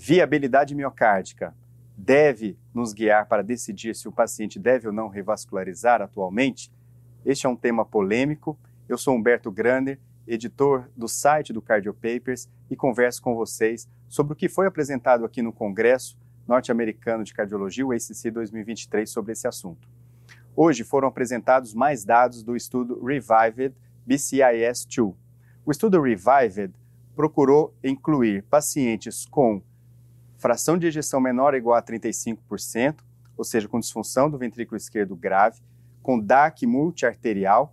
Viabilidade miocárdica deve nos guiar para decidir se o paciente deve ou não revascularizar atualmente? Este é um tema polêmico. Eu sou Humberto Graner, editor do site do Cardio Papers, e converso com vocês sobre o que foi apresentado aqui no Congresso Norte-Americano de Cardiologia, o ACC 2023, sobre esse assunto. Hoje foram apresentados mais dados do estudo Revived BCIS-2. O estudo Revived procurou incluir pacientes com fração de ejeção menor ou igual a 35%, ou seja, com disfunção do ventrículo esquerdo grave, com DAC multiarterial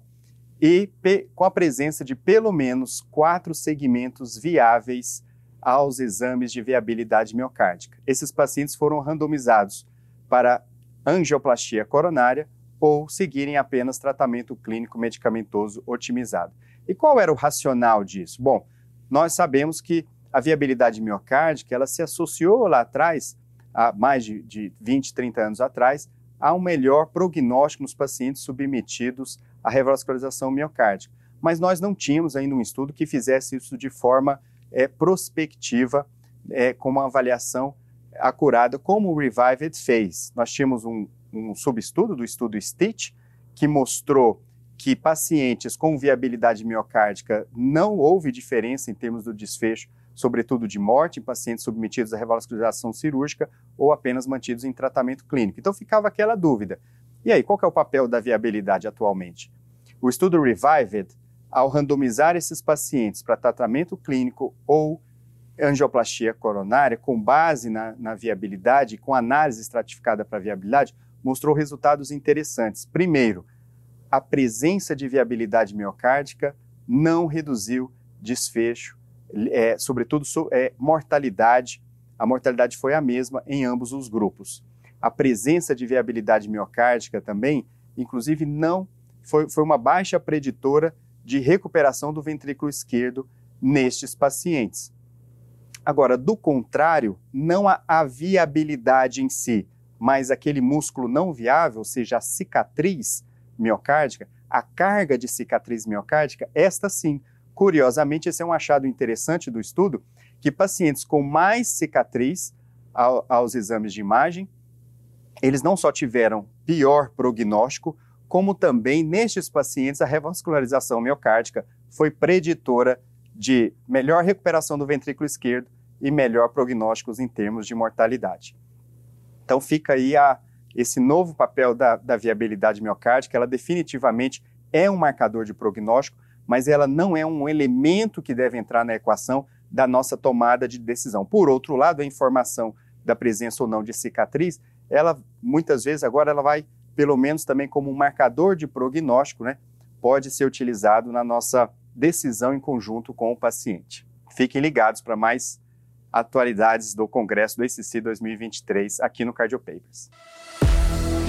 e com a presença de pelo menos 4 segmentos viáveis aos exames de viabilidade miocárdica. Esses pacientes foram randomizados para angioplastia coronária ou seguirem apenas tratamento clínico medicamentoso otimizado. E qual era o racional disso? Bom, nós sabemos que a viabilidade miocárdica, ela se associou lá atrás, há mais de 20, 30 anos atrás, a um melhor prognóstico nos pacientes submetidos à revascularização miocárdica. Mas nós não tínhamos ainda um estudo que fizesse isso de forma prospectiva, com uma avaliação acurada, como o Revived fez. Nós tínhamos um subestudo do estudo STITCH, que mostrou que pacientes com viabilidade miocárdica não houve diferença em termos do desfecho, sobretudo de morte, em pacientes submetidos à revascularização cirúrgica ou apenas mantidos em tratamento clínico. Então ficava aquela dúvida. E aí, qual que é o papel da viabilidade atualmente? O estudo Revived, ao randomizar esses pacientes para tratamento clínico ou angioplastia coronária, com base na viabilidade, com análise estratificada para viabilidade, mostrou resultados interessantes. Primeiro, a presença de viabilidade miocárdica não reduziu desfecho, sobretudo mortalidade. A mortalidade foi a mesma em ambos os grupos. A presença de viabilidade miocárdica também, inclusive, não foi uma baixa preditora de recuperação do ventrículo esquerdo nestes pacientes. Agora, do contrário, não a viabilidade em si, mas aquele músculo não viável, ou seja, a cicatriz miocárdica, a carga de cicatriz miocárdica, esta sim. Curiosamente, esse é um achado interessante do estudo, que pacientes com mais cicatriz aos exames de imagem, eles não só tiveram pior prognóstico, como também nestes pacientes a revascularização miocárdica foi preditora de melhor recuperação do ventrículo esquerdo e melhor prognósticos em termos de mortalidade. Então fica aí esse novo papel da viabilidade miocárdica. Ela definitivamente é um marcador de prognóstico, mas ela não é um elemento que deve entrar na equação da nossa tomada de decisão. Por outro lado, a informação da presença ou não de cicatriz, ela muitas vezes agora ela vai, pelo menos também como um marcador de prognóstico, né? Pode ser utilizado na nossa decisão em conjunto com o paciente. Fiquem ligados para mais atualidades do Congresso do ACC 2023 aqui no Cardio Papers.